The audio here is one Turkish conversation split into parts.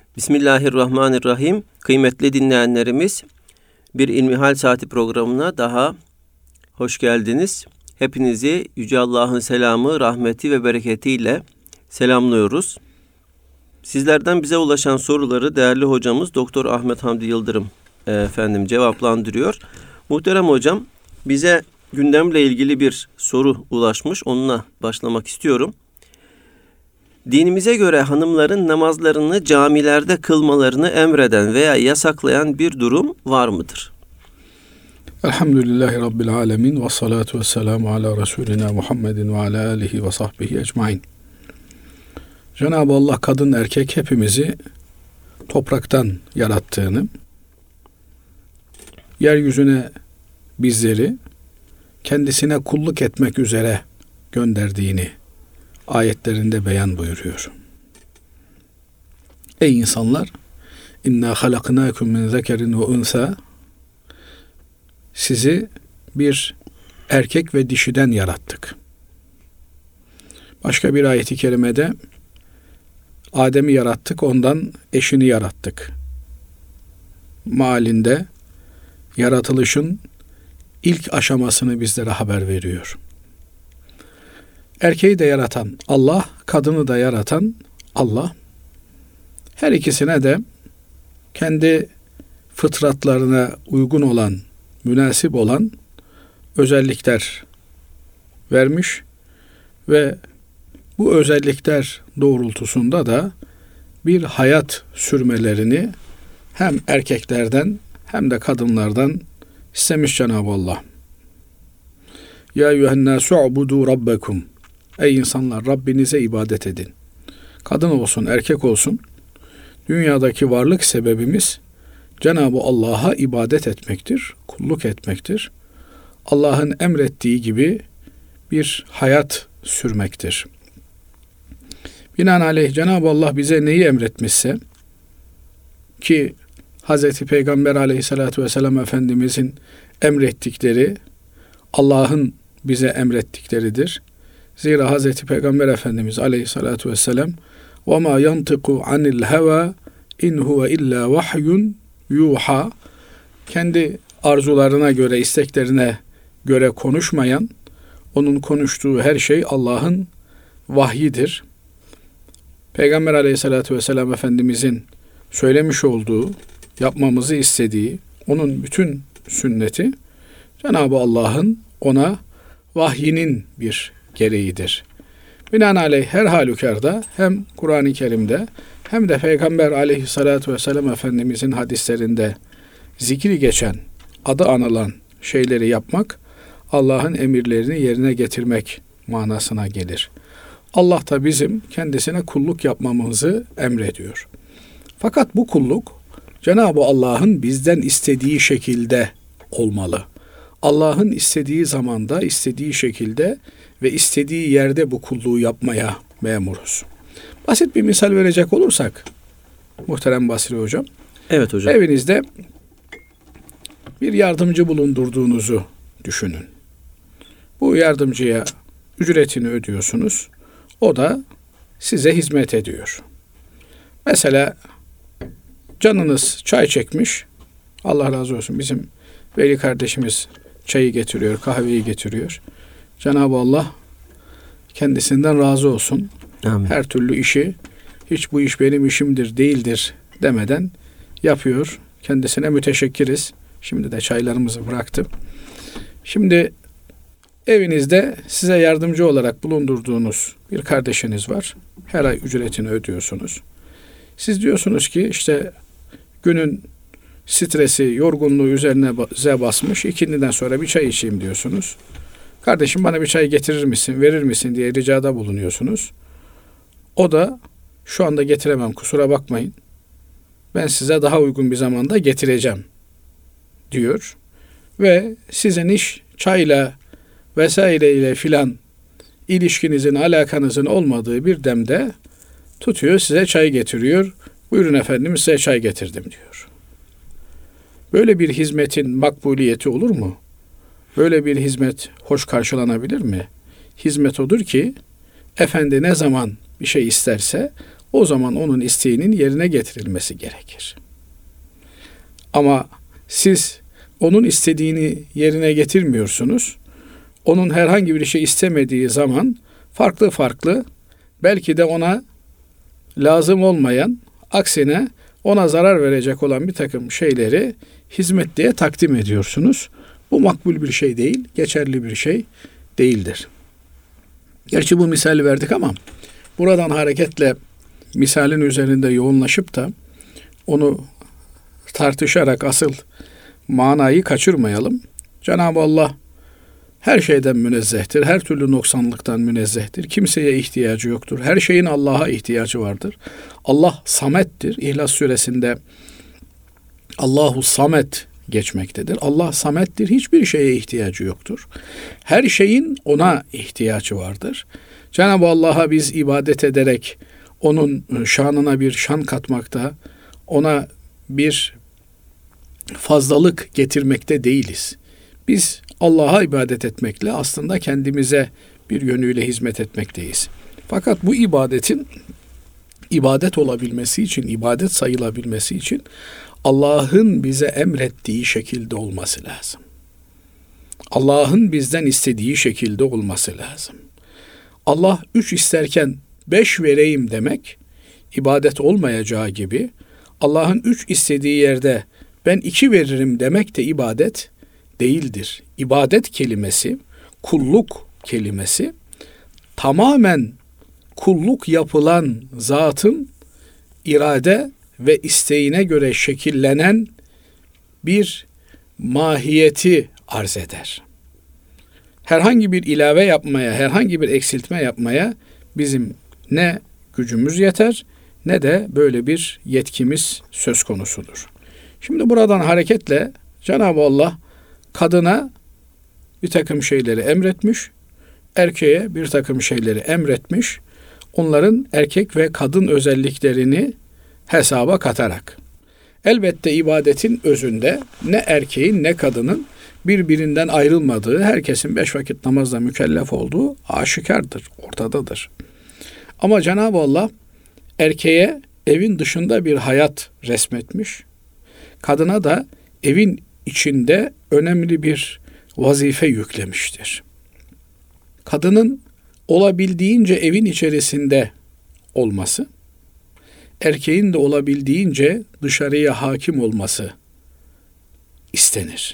Bismillahirrahmanirrahim. Kıymetli dinleyenlerimiz, bir İlmihal Saati programına daha hoş geldiniz. Hepinizi Yüce Allah'ın selamı, rahmeti ve bereketiyle selamlıyoruz. Sizlerden bize ulaşan soruları değerli hocamız Doktor Ahmet Hamdi Yıldırım efendim cevaplandırıyor. Muhterem hocam, bize gündemle ilgili bir soru ulaşmış. Onunla başlamak istiyorum. Dinimize göre hanımların namazlarını camilerde kılmalarını emreden veya yasaklayan bir durum var mıdır? Elhamdülillahi Rabbil alemin ve salatu ve selamu ala Resulina Muhammedin ve ala alihi ve sahbihi ecmain. Cenab-ı Allah kadın erkek hepimizi topraktan yarattığını, yeryüzüne bizleri kendisine kulluk etmek üzere gönderdiğini ayetlerinde beyan buyuruyor. Ey insanlar! İnna halaknâkum min zekerin ve unsa. Sizi bir erkek ve dişiden yarattık. Başka bir ayet-i kerimede Adem'i yarattık, ondan eşini yarattık. Mealinde yaratılışın ilk aşamasını bizlere haber veriyor. Erkeği de yaratan Allah, kadını da yaratan Allah. Her ikisine de kendi fıtratlarına uygun olan, münasip olan özellikler vermiş ve bu özellikler doğrultusunda da bir hayat sürmelerini hem erkeklerden hem de kadınlardan istemiş Cenab-ı Allah. Ya eyyühennâsü u'budu rabbekum. Ey insanlar, Rabbinize ibadet edin. Kadın olsun, erkek olsun, dünyadaki varlık sebebimiz Cenab-ı Allah'a ibadet etmektir, kulluk etmektir. Allah'ın emrettiği gibi bir hayat sürmektir. Binaenaleyh Cenab-ı Allah bize neyi emretmişse, ki Hz. Peygamber aleyhissalatü vesselam Efendimizin emrettikleri Allah'ın bize emrettikleridir. Zira Hz. Peygamber Efendimiz aleyhissalatü vesselam وَمَا يَنْتِقُ عَنِ الْهَوَى اِنْ هُوَ اِلَّا وَحْيٌ yuha, kendi arzularına göre, isteklerine göre konuşmayan, onun konuştuğu her şey Allah'ın vahyidir. Peygamber aleyhissalatü vesselam Efendimizin söylemiş olduğu, yapmamızı istediği, onun bütün sünneti Cenab-ı Allah'ın ona vahyinin bir gereğidir. Binaenaleyh her halükarda hem Kur'an-ı Kerim'de hem de Peygamber aleyhissalatü vesselam Efendimizin hadislerinde zikri geçen, adı anılan şeyleri yapmak, Allah'ın emirlerini yerine getirmek manasına gelir. Allah da bizim kendisine kulluk yapmamızı emrediyor. Fakat bu kulluk Cenab-ı Allah'ın bizden istediği şekilde olmalı. Allah'ın istediği zamanda, istediği şekilde ve istediği yerde bu kulluğu yapmaya memuruz. Basit bir misal verecek olursak, muhterem Basri Hocam. Evet hocam. Evinizde bir yardımcı bulundurduğunuzu düşünün. Bu yardımcıya ücretini ödüyorsunuz. O da size hizmet ediyor. Mesela canınız çay çekmiş. Allah razı olsun, bizim veli kardeşimiz çayı getiriyor, kahveyi getiriyor. Cenab-ı Allah kendisinden razı olsun. Amin. Her türlü işi, hiç bu iş benim işimdir, değildir demeden yapıyor. Kendisine müteşekkiriz. Şimdi de çaylarımızı bıraktım. Şimdi evinizde size yardımcı olarak bulundurduğunuz bir kardeşiniz var. Her ay ücretini ödüyorsunuz. Siz diyorsunuz ki işte günün stresi, yorgunluğu üzerine basmış. İkindiden sonra bir çay içeyim diyorsunuz. Kardeşim bana bir çay getirir misin, verir misin diye ricada bulunuyorsunuz. O da şu anda getiremem, kusura bakmayın. Ben size daha uygun bir zamanda getireceğim diyor. Ve sizin iş çayla vesaireyle filan ilişkinizin, alakanızın olmadığı bir demde tutuyor, size çay getiriyor. Buyurun efendim, size çay getirdim diyor. Böyle bir hizmetin makbuliyeti olur mu? Böyle bir hizmet hoş karşılanabilir mi? Hizmet odur ki efendi ne zaman bir şey isterse o zaman onun isteğinin yerine getirilmesi gerekir. Ama siz onun istediğini yerine getirmiyorsunuz. Onun herhangi bir şey istemediği zaman farklı farklı, belki de ona lazım olmayan, aksine ona zarar verecek olan bir takım şeyleri hizmet diye takdim ediyorsunuz. Bu makbul bir şey değil, geçerli bir şey değildir. Gerçi bu misali verdik ama buradan hareketle misalin üzerinde yoğunlaşıp da onu tartışarak asıl manayı kaçırmayalım. Cenab-ı Allah her şeyden münezzehtir, her türlü noksanlıktan münezzehtir. Kimseye ihtiyacı yoktur. Her şeyin Allah'a ihtiyacı vardır. Allah samettir. İhlas suresinde Allahu samet geçmektedir. Allah samettir. Hiçbir şeye ihtiyacı yoktur. Her şeyin ona ihtiyacı vardır. Cenab-ı Allah'a biz ibadet ederek onun şanına bir şan katmakta, ona bir fazlalık getirmekte değiliz. Biz Allah'a ibadet etmekle aslında kendimize bir yönüyle hizmet etmekteyiz. Fakat bu ibadetin ibadet olabilmesi için, ibadet sayılabilmesi için Allah'ın bize emrettiği şekilde olması lazım. Allah'ın bizden istediği şekilde olması lazım. Allah 3 isterken 5 vereyim demek ibadet olmayacağı gibi, Allah'ın 3 istediği yerde ben 2 veririm demek de ibadet değildir. İbadet kelimesi, kulluk kelimesi tamamen kulluk yapılan zatın irade ve isteğine göre şekillenen bir mahiyeti arz eder. Herhangi bir ilave yapmaya, herhangi bir eksiltme yapmaya bizim ne gücümüz yeter ne de böyle bir yetkimiz söz konusudur. Şimdi buradan hareketle Cenab-ı Allah kadına bir takım şeyleri emretmiş, erkeğe bir takım şeyleri emretmiş, onların erkek ve kadın özelliklerini hesaba katarak. Elbette ibadetin özünde ne erkeğin ne kadının birbirinden ayrılmadığı, herkesin 5 vakit namazla mükellef olduğu aşikardır, ortadadır. Ama Cenab-ı Allah erkeğe evin dışında bir hayat resmetmiş, kadına da evin içinde önemli bir vazife yüklemiştir. Kadının olabildiğince evin içerisinde olması, erkeğin de olabildiğince dışarıya hakim olması istenir.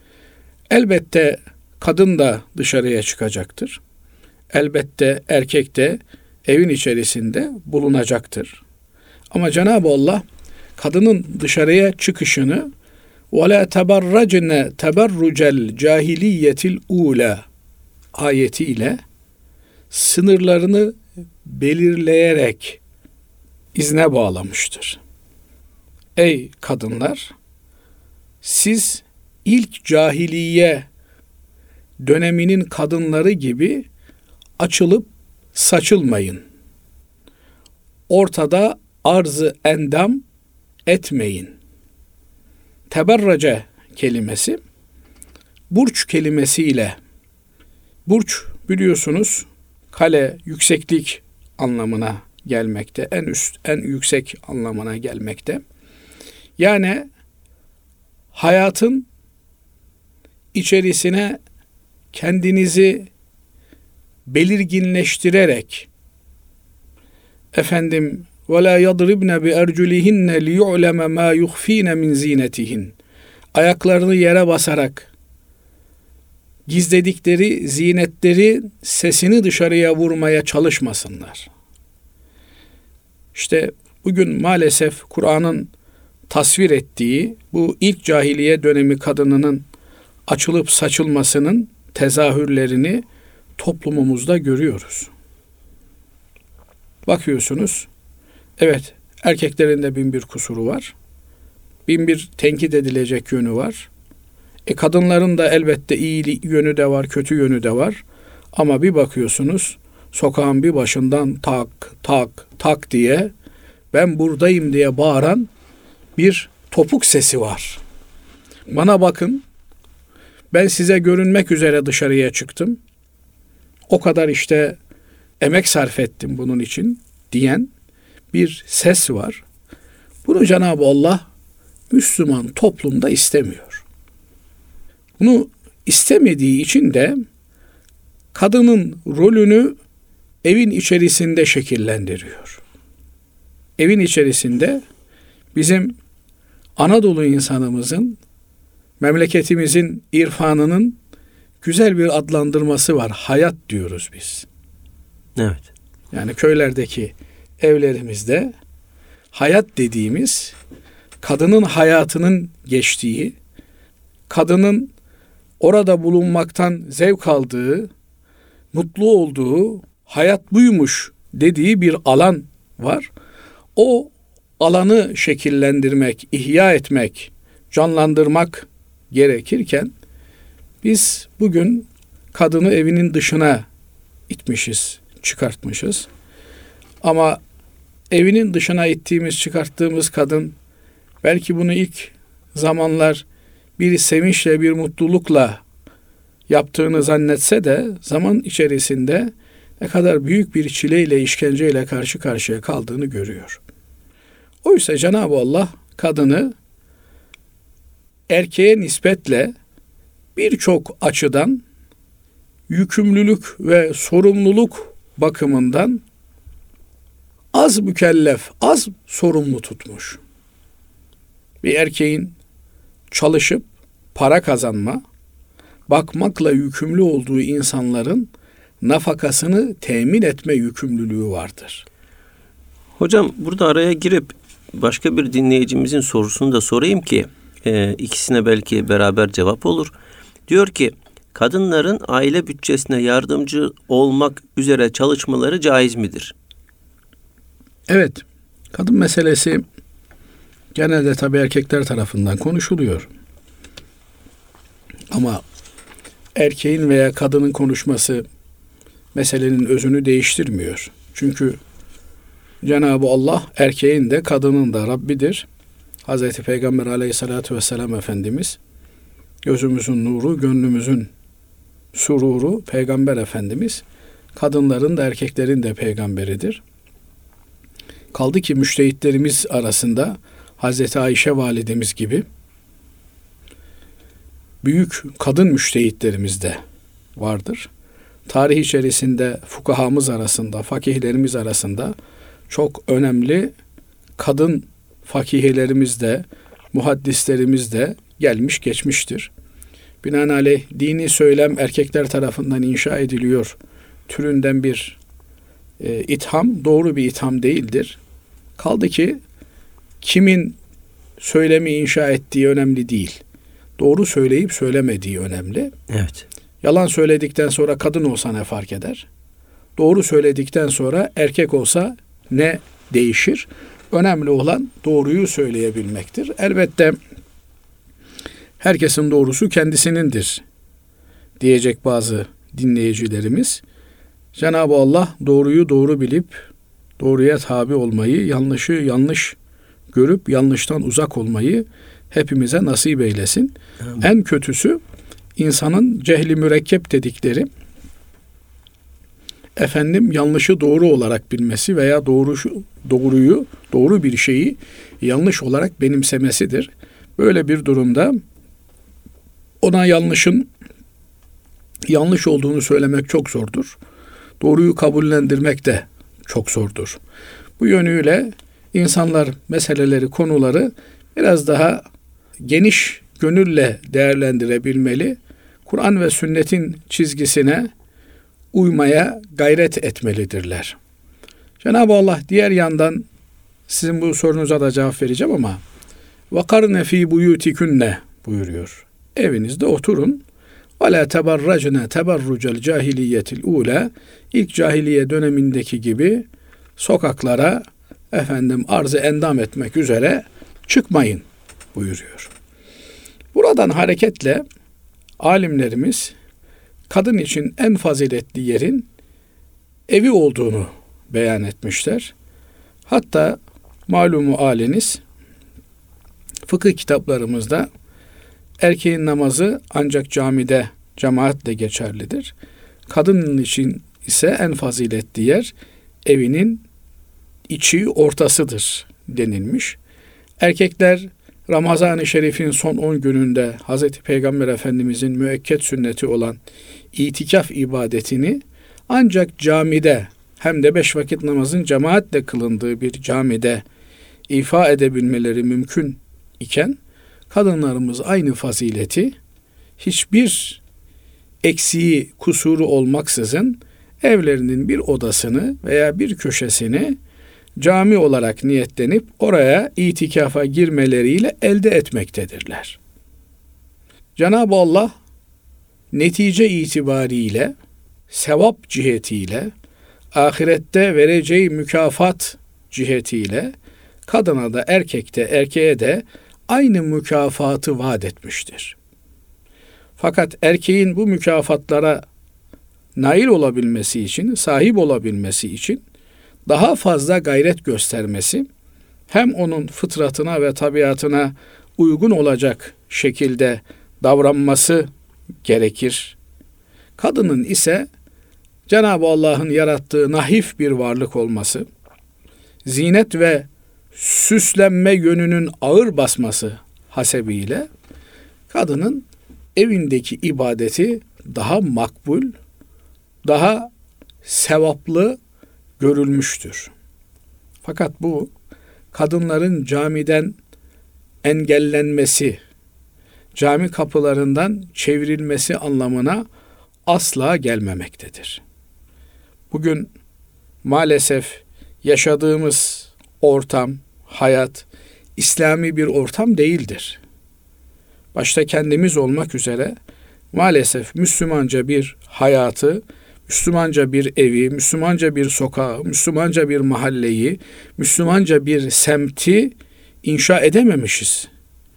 Elbette kadın da dışarıya çıkacaktır. Elbette erkek de evin içerisinde bulunacaktır. Ama Cenab-ı Allah kadının dışarıya çıkışını وَلَا تَبَرَّجْنَ تَبَرُّجَ الْجَاهِلِيَّةِ الْعُولَى ayetiyle sınırlarını belirleyerek izne bağlamıştır. Ey kadınlar! Siz ilk cahiliye döneminin kadınları gibi açılıp saçılmayın. Ortada arz-ı endam etmeyin. Teberrace kelimesi burç kelimesiyle, burç biliyorsunuz kale, yükseklik anlamına gelmekte, en üst, en yüksek anlamına gelmekte. Yani hayatın içerisine kendinizi belirginleştirerek وَلَا يَضْرِبْنَ بِأَرْجُلِهِنَّ لِيُعْلَمَ مَا يُخْف۪ينَ مِنْ زِينَتِهِنَّ ayaklarını yere basarak gizledikleri zinetleri sesini dışarıya vurmaya çalışmasınlar. İşte bugün maalesef Kur'an'ın tasvir ettiği bu ilk cahiliye dönemi kadınının açılıp saçılmasının tezahürlerini toplumumuzda görüyoruz. Bakıyorsunuz, evet erkeklerin de bin bir kusuru var. Bin bir tenkit edilecek yönü var. Kadınların da elbette iyi yönü de var, kötü yönü de var. Ama bir bakıyorsunuz sokağın bir başından tak tak tak diye ben buradayım diye bağıran bir topuk sesi var. Bana bakın, ben size görünmek üzere dışarıya çıktım. O kadar işte emek sarf ettim bunun için diyen bir ses var. Bunu Cenab-ı Allah Müslüman toplumda istemiyor. Bunu istemediği için de kadının rolünü evin içerisinde şekillendiriyor. Evin içerisinde bizim Anadolu insanımızın, memleketimizin irfanının güzel bir adlandırması var. Hayat diyoruz biz. Evet. Yani köylerdeki evlerimizde hayat dediğimiz, kadının hayatının geçtiği, kadının orada bulunmaktan zevk aldığı, mutlu olduğu, hayat buymuş dediği bir alan var. O alanı şekillendirmek, ihya etmek, canlandırmak gerekirken biz bugün kadını evinin dışına itmişiz, çıkartmışız. Ama evinin dışına ittiğimiz, çıkarttığımız kadın belki bunu ilk zamanlar bir sevinçle, bir mutlulukla yaptığını zannetse de zaman içerisinde ne kadar büyük bir çileyle, işkenceyle karşı karşıya kaldığını görüyor. Oysa Cenab-ı Allah kadını erkeğe nispetle birçok açıdan yükümlülük ve sorumluluk bakımından az mükellef, az sorumlu tutmuş. Bir erkeğin çalışıp para kazanma, bakmakla yükümlü olduğu insanların nafakasını temin etme yükümlülüğü vardır. Hocam burada araya girip başka bir dinleyicimizin sorusunu da sorayım ki ikisine belki beraber cevap olur. Diyor ki kadınların aile bütçesine yardımcı olmak üzere çalışmaları caiz midir? Evet, kadın meselesi genelde tabii erkekler tarafından konuşuluyor. Ama erkeğin veya kadının konuşması meselenin özünü değiştirmiyor. Çünkü Cenab-ı Allah erkeğin de kadının da Rabbidir. Hazreti Peygamber aleyhissalatü vesselam Efendimiz, gözümüzün nuru, gönlümüzün sururu Peygamber Efendimiz, kadınların da erkeklerin de peygamberidir. Kaldı ki müştehitlerimiz arasında Hazreti Ayşe validemiz gibi büyük kadın müştehitlerimiz de vardır. Tarih içerisinde fukahamız arasında, fakihlerimiz arasında çok önemli kadın fakihlerimiz de, muhaddislerimiz de gelmiş geçmiştir. Binaenaleyh dini söylem erkekler tarafından inşa ediliyor türünden bir itham doğru bir itham değildir. Kaldı ki kimin söylemi inşa ettiği önemli değil. Doğru söyleyip söylemediği önemli. Evet. Yalan söyledikten sonra kadın olsa ne fark eder? Doğru söyledikten sonra erkek olsa ne değişir? Önemli olan doğruyu söyleyebilmektir. Elbette herkesin doğrusu kendisinindir diyecek bazı dinleyicilerimiz. Cenab-ı Allah doğruyu doğru bilip doğruya tabi olmayı, yanlışı yanlış görüp yanlıştan uzak olmayı hepimize nasip eylesin. Amin. En kötüsü insanın cehli mürekkep dedikleri yanlışı doğru olarak bilmesi veya doğru bir şeyi yanlış olarak benimsemesidir. Böyle bir durumda ona yanlışın yanlış olduğunu söylemek çok zordur. Doğruyu kabullendirmek de çok zordur. Bu yönüyle insanlar meseleleri, konuları biraz daha geniş gönülle değerlendirebilmeli. Kur'an ve sünnetin çizgisine uymaya gayret etmelidirler. Cenab-ı Allah diğer yandan sizin bu sorunuza da cevap vereceğim ama وَقَرْنَ ف۪ي بُيُوتِكُنَّ buyuruyor. Evinizde oturun. وَلَا تَبَرَّجْنَ تَبَرُّجَ الْجَاهِلِيَّةِ الْعُولَى İlk cahiliye dönemindeki gibi sokaklara arzı endam etmek üzere çıkmayın buyuruyor. Buradan hareketle alimlerimiz kadın için en faziletli yerin evi olduğunu beyan etmişler. Hatta malumu haliniz fıkıh kitaplarımızda erkeğin namazı ancak camide cemaatle geçerlidir. Kadının için ise en faziletli yer evinin içi ortasıdır denilmiş. Erkekler Ramazan-ı Şerif'in son 10 gününde Hz. Peygamber Efendimizin müekked sünneti olan itikaf ibadetini ancak camide, hem de 5 vakit namazın cemaatle kılındığı bir camide ifa edebilmeleri mümkün iken, kadınlarımız aynı fazileti hiçbir eksiği, kusuru olmaksızın evlerinin bir odasını veya bir köşesini cami olarak niyetlenip oraya itikafa girmeleriyle elde etmektedirler. Cenab-ı Allah netice itibariyle, sevap cihetiyle, ahirette vereceği mükafat cihetiyle kadına da erkeğe de aynı mükafatı vaat etmiştir. Fakat erkeğin bu mükafatlara nail olabilmesi için, sahip olabilmesi için daha fazla gayret göstermesi, hem onun fıtratına ve tabiatına uygun olacak şekilde davranması gerekir. Kadının ise Cenab-ı Allah'ın yarattığı naif bir varlık olması, zinet ve süslenme yönünün ağır basması hasebiyle kadının evindeki ibadeti daha makbul, daha sevaplı görülmüştür. Fakat bu kadınların camiden engellenmesi, cami kapılarından çevrilmesi anlamına asla gelmemektedir. Bugün maalesef yaşadığımız ortam, hayat İslami bir ortam değildir. Başta kendimiz olmak üzere maalesef Müslümanca bir hayatı, Müslümanca bir evi, Müslümanca bir sokağı, Müslümanca bir mahalleyi, Müslümanca bir semti inşa edememişiz.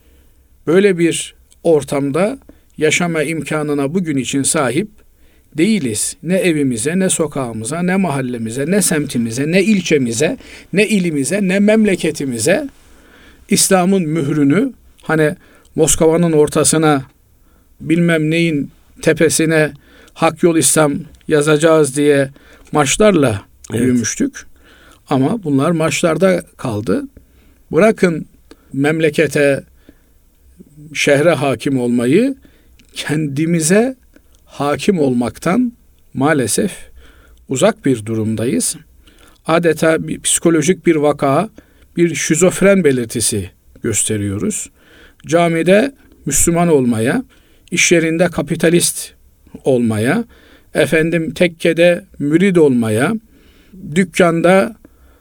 Böyle bir ortamda yaşama imkanına bugün için sahip değiliz. Ne evimize, ne sokağımıza, ne mahallemize, ne semtimize, ne ilçemize, ne ilimize, ne memleketimize İslam'ın mührünü, hani Moskova'nın ortasına, bilmem neyin tepesine Hak Yol İslam yazacağız diye maçlarla büyümüştük. Ama bunlar maçlarda kaldı. Bırakın memlekete, şehre hakim olmayı, kendimize hakim olmaktan maalesef uzak bir durumdayız. Adeta bir psikolojik bir vaka, bir şizofren belirtisi gösteriyoruz. Camide Müslüman olmaya, iş yerinde kapitalist olmaya, tekkede mürid olmaya, dükkanda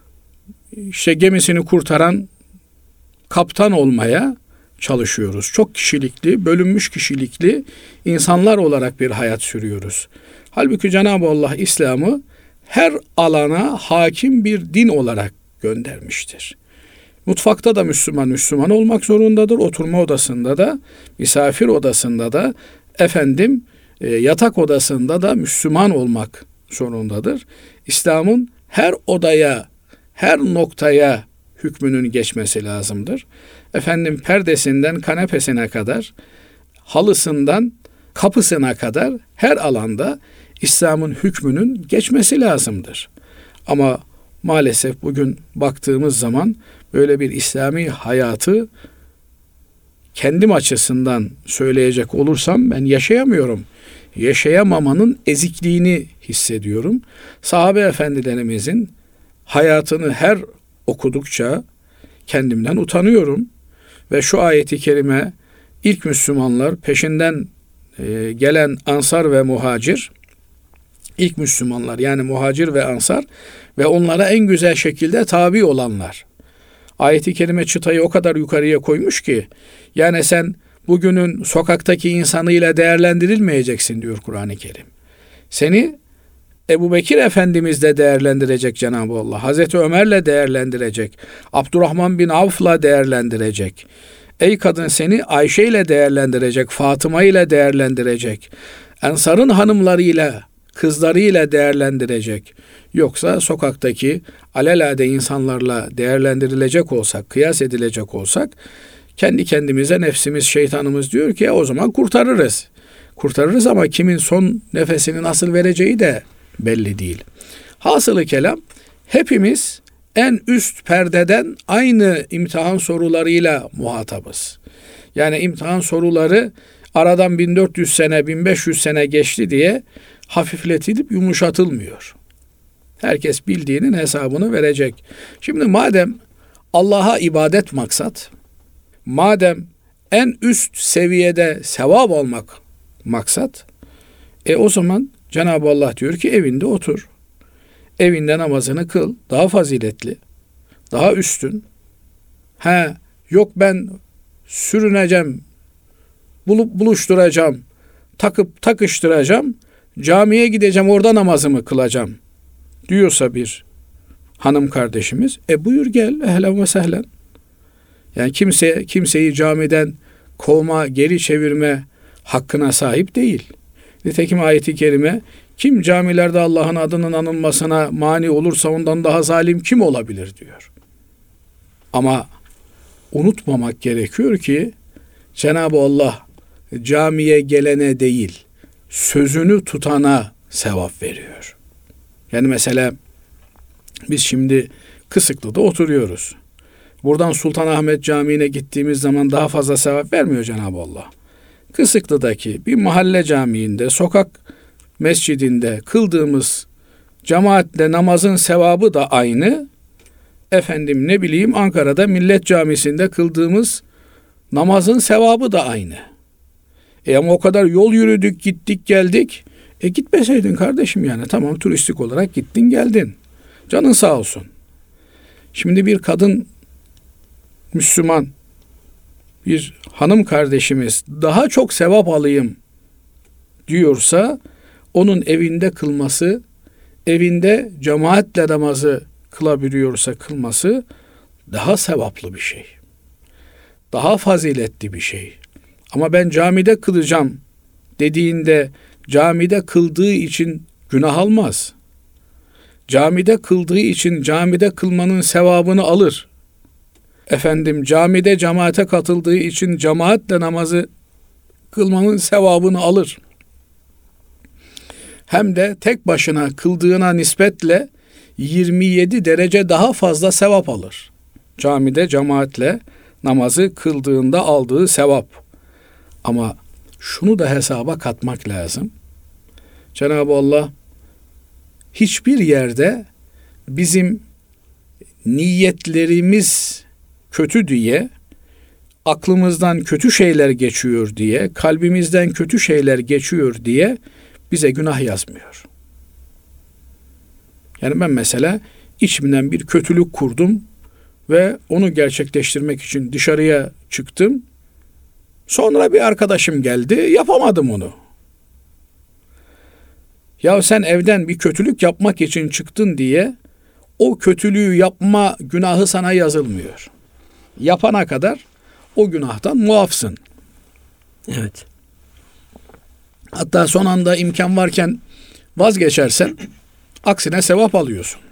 gemisini kurtaran kaptan olmaya çalışıyoruz. Çok kişilikli, bölünmüş kişilikli insanlar olarak bir hayat sürüyoruz. Halbuki Cenab-ı Allah İslam'ı her alana hakim bir din olarak göndermiştir. Mutfakta da Müslüman olmak zorundadır. Oturma odasında da, misafir odasında da, yatak odasında da Müslüman olmak zorundadır. İslam'ın her odaya, her noktaya hükmünün geçmesi lazımdır. Perdesinden kanepesine kadar, halısından kapısına kadar her alanda İslam'ın hükmünün geçmesi lazımdır. Ama maalesef bugün baktığımız zaman böyle bir İslami hayatı kendim açısından söyleyecek olursam ben yaşayamıyorum. Yaşayamamanın ezikliğini hissediyorum. Sahabe efendilerimizin hayatını her okudukça kendimden utanıyorum. Ve şu ayeti kerime, ilk Müslümanlar, peşinden gelen Ansar ve Muhacir, ilk Müslümanlar yani Muhacir ve Ansar ve onlara en güzel şekilde tabi olanlar. Ayet-i kerime çıtayı o kadar yukarıya koymuş ki, yani sen bugünün sokaktaki insanıyla değerlendirilmeyeceksin diyor Kur'an-ı Kerim. Seni Ebu Bekir Efendimiz'le değerlendirecek Cenab-ı Allah. Hazreti Ömer'le değerlendirecek. Abdurrahman bin Avf'la değerlendirecek. Ey kadın, seni Ayşe ile değerlendirecek. Fatıma ile değerlendirecek. Ensar'ın hanımlarıyla, kızlarıyla değerlendirecek. Yoksa sokaktaki alelade insanlarla değerlendirilecek olsak, kıyas edilecek olsak, kendi kendimize nefsimiz, şeytanımız diyor ki o zaman kurtarırız. Kurtarırız ama kimin son nefesini nasıl vereceği de belli değil. Hasılı kelam, hepimiz en üst perdeden aynı imtihan sorularıyla muhatabız. Yani imtihan soruları aradan 1400 sene, 1500 sene geçti diye hafifletilip yumuşatılmıyor. Herkes bildiğinin hesabını verecek. Şimdi madem Allah'a ibadet maksat, madem en üst seviyede sevap almak maksat, o zaman Cenab-ı Allah diyor ki evinde otur. Evinde namazını kıl. Daha faziletli. Daha üstün. Yok ben sürüneceğim, buluşturacağım, takıp takıştıracağım, camiye gideceğim, orada namazımı kılacağım diyorsa bir hanım kardeşimiz, buyur gel, ehlen ve sehlen. Yani kimseyi camiden kovma, geri çevirme hakkına sahip değil. Nitekim ayet-i kerime, kim camilerde Allah'ın adının anılmasına mani olursa ondan daha zalim kim olabilir diyor. Ama unutmamak gerekiyor ki Cenab-ı Allah camiye gelene değil, sözünü tutana sevap veriyor. Yani mesela biz şimdi Kısıklı'da oturuyoruz. Buradan Sultanahmet Camii'ne gittiğimiz zaman daha fazla sevap vermiyor Cenab-ı Allah. Kısıklı'daki bir mahalle camiinde, sokak mescidinde kıldığımız cemaatle namazın sevabı da aynı. Ankara'da Millet Camisi'nde kıldığımız namazın sevabı da aynı. Ama o kadar yol yürüdük, gittik, geldik. Gitmeseydin kardeşim yani. Tamam, turistik olarak gittin, geldin. Canın sağ olsun. Şimdi bir kadın Müslüman, bir hanım kardeşimiz daha çok sevap alayım diyorsa, onun evinde kılması, evinde cemaatle namazı kılabiliyorsa kılması daha sevaplı bir şey. Daha faziletli bir şey. Ama ben camide kılacağım dediğinde camide kıldığı için günah almaz. Camide kıldığı için camide kılmanın sevabını alır. Camide cemaate katıldığı için cemaatle namazı kılmanın sevabını alır. Hem de tek başına kıldığına nispetle 27 derece daha fazla sevap alır. Camide cemaatle namazı kıldığında aldığı sevap. Ama şunu da hesaba katmak lazım. Cenab-ı Allah hiçbir yerde bizim niyetlerimiz kötü diye, aklımızdan kötü şeyler geçiyor diye, kalbimizden kötü şeyler geçiyor diye bize günah yazmıyor. Yani ben mesela içimden bir kötülük kurdum ve onu gerçekleştirmek için dışarıya çıktım. Sonra bir arkadaşım geldi, yapamadım onu. Ya sen evden bir kötülük yapmak için çıktın diye o kötülüğü yapma günahı sana yazılmıyor. Yapana kadar o günahtan muafsın. Evet. Hatta son anda imkan varken vazgeçersen aksine sevap alıyorsun.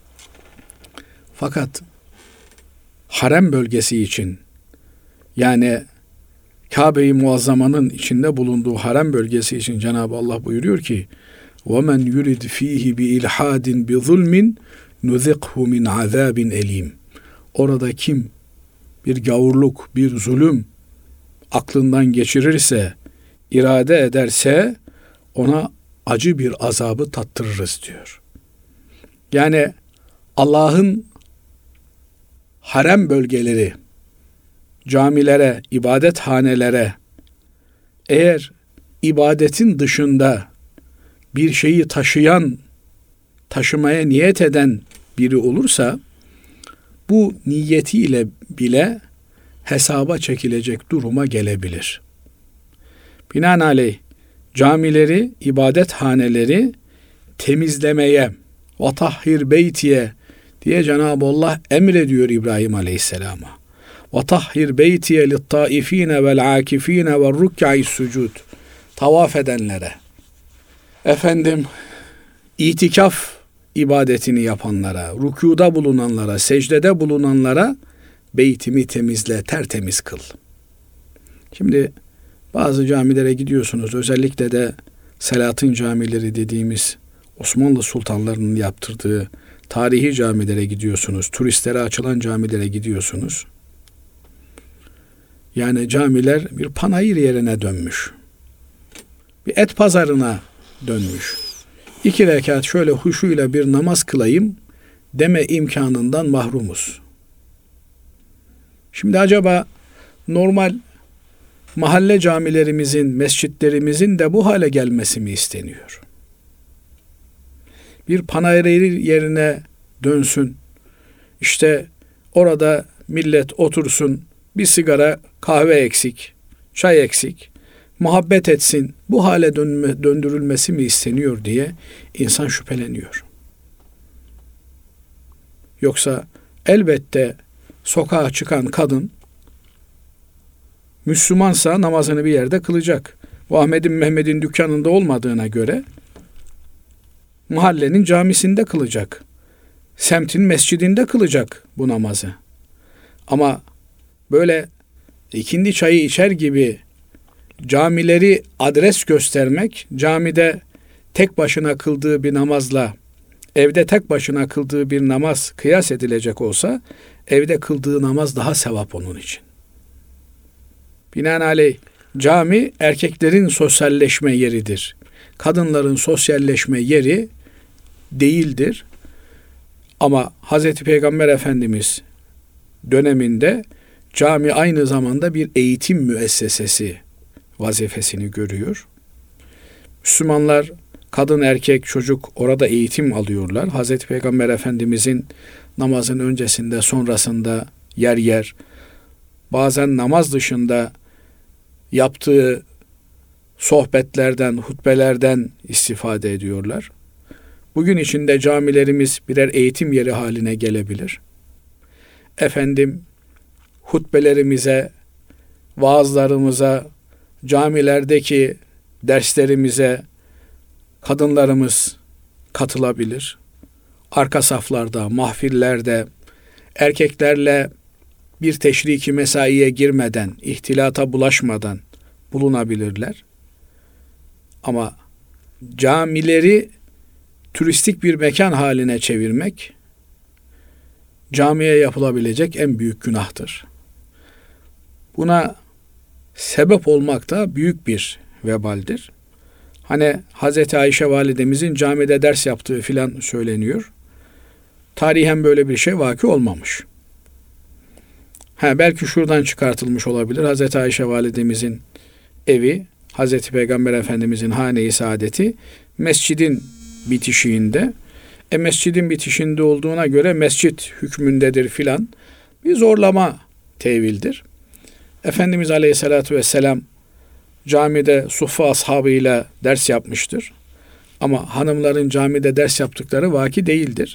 Fakat harem bölgesi için, yani Kabe-i Muazzama'nın içinde bulunduğu harem bölgesi için Cenab-ı Allah buyuruyor ki وَمَنْ يُرِدْ ف۪يهِ بِاِلْحَادٍ بِظُلْمٍ نُذِقْهُ مِنْ عَذَابٍ اَل۪يمٍ. Orada kim bir gavurluk, bir zulüm aklından geçirirse, irade ederse ona acı bir azabı tattırırız diyor. Yani Allah'ın harem bölgeleri, camilere, ibadethanelere eğer ibadetin dışında bir şeyi taşımaya niyet eden biri olursa, bu niyetiyle bile hesaba çekilecek duruma gelebilir. Binaenaleyh camileri, ibadethaneleri temizlemeye, وَطَهِّرْ بَيْتِيَ diye Cenab-ı Allah emrediyor İbrahim Aleyhisselam'a. وَطَهِّرْ بَيْتِيَ لِلطَّائِف۪ينَ وَالْعَاكِف۪ينَ وَالرُّكَّعِ السُّجُودِ. Tavaf edenlere, itikaf ibadetini yapanlara, rükûda bulunanlara, secdede bulunanlara beytimi temizle, tertemiz kıl. Şimdi bazı camilere gidiyorsunuz, özellikle de Selahattin camileri dediğimiz Osmanlı sultanlarının yaptırdığı tarihi camilere gidiyorsunuz, turistlere açılan camilere gidiyorsunuz. Yani camiler bir panayır yerine dönmüş. Bir et pazarına dönmüş. 2 rekat şöyle huşuyla bir namaz kılayım deme imkanından mahrumuz. Şimdi acaba normal mahalle camilerimizin, mescitlerimizin de bu hale gelmesi mi isteniyor? Bir panayır yerine dönsün. İşte orada millet otursun, bir sigara, kahve eksik, çay eksik, muhabbet etsin, bu hale döndürülmesi mi isteniyor diye insan şüpheleniyor. Yoksa elbette sokağa çıkan kadın Müslümansa namazını bir yerde kılacak. Bu Ahmet'in Mehmet'in dükkanında olmadığına göre mahallenin camisinde kılacak. Semtin mescidinde kılacak bu namazı. Ama böyle ikindi çayı içer gibi camileri adres göstermek, camide tek başına kıldığı bir namazla evde tek başına kıldığı bir namaz kıyas edilecek olsa evde kıldığı namaz daha sevap onun için. Binaenaleyh cami erkeklerin sosyalleşme yeridir. Kadınların sosyalleşme yeri değildir. Ama Hz. Peygamber Efendimiz döneminde cami aynı zamanda bir eğitim müessesesi vazifesini görüyor. Müslümanlar kadın, erkek, çocuk orada eğitim alıyorlar. Hz. Peygamber Efendimizin namazın öncesinde, sonrasında yer yer, bazen namaz dışında yaptığı sohbetlerden, hutbelerden istifade ediyorlar. Bugün içinde camilerimiz birer eğitim yeri haline gelebilir. Efendim, hutbelerimize, vaazlarımıza, camilerdeki derslerimize kadınlarımız katılabilir. Arka saflarda, mahfillerde erkeklerle bir teşriki mesaiye girmeden, ihtilata bulaşmadan bulunabilirler. Ama camileri turistik bir mekan haline çevirmek camiye yapılabilecek en büyük günahtır. Buna sebep olmak da büyük bir vebaldir. Hani Hazreti Ayşe validemizin camide ders yaptığı filan söyleniyor. Tarihen böyle bir şey vaki olmamış. Belki şuradan çıkartılmış olabilir. Hazreti Ayşe validemizin evi, Hazreti Peygamber Efendimizin hane-i saadeti mescidin bitişiğinde. Mescidin bitişinde olduğuna göre mescit hükmündedir filan. Bir zorlama tevildir. Efendimiz Aleyhisselatü Vesselam camide suffa ashabıyla ders yapmıştır. Ama hanımların camide ders yaptıkları vaki değildir.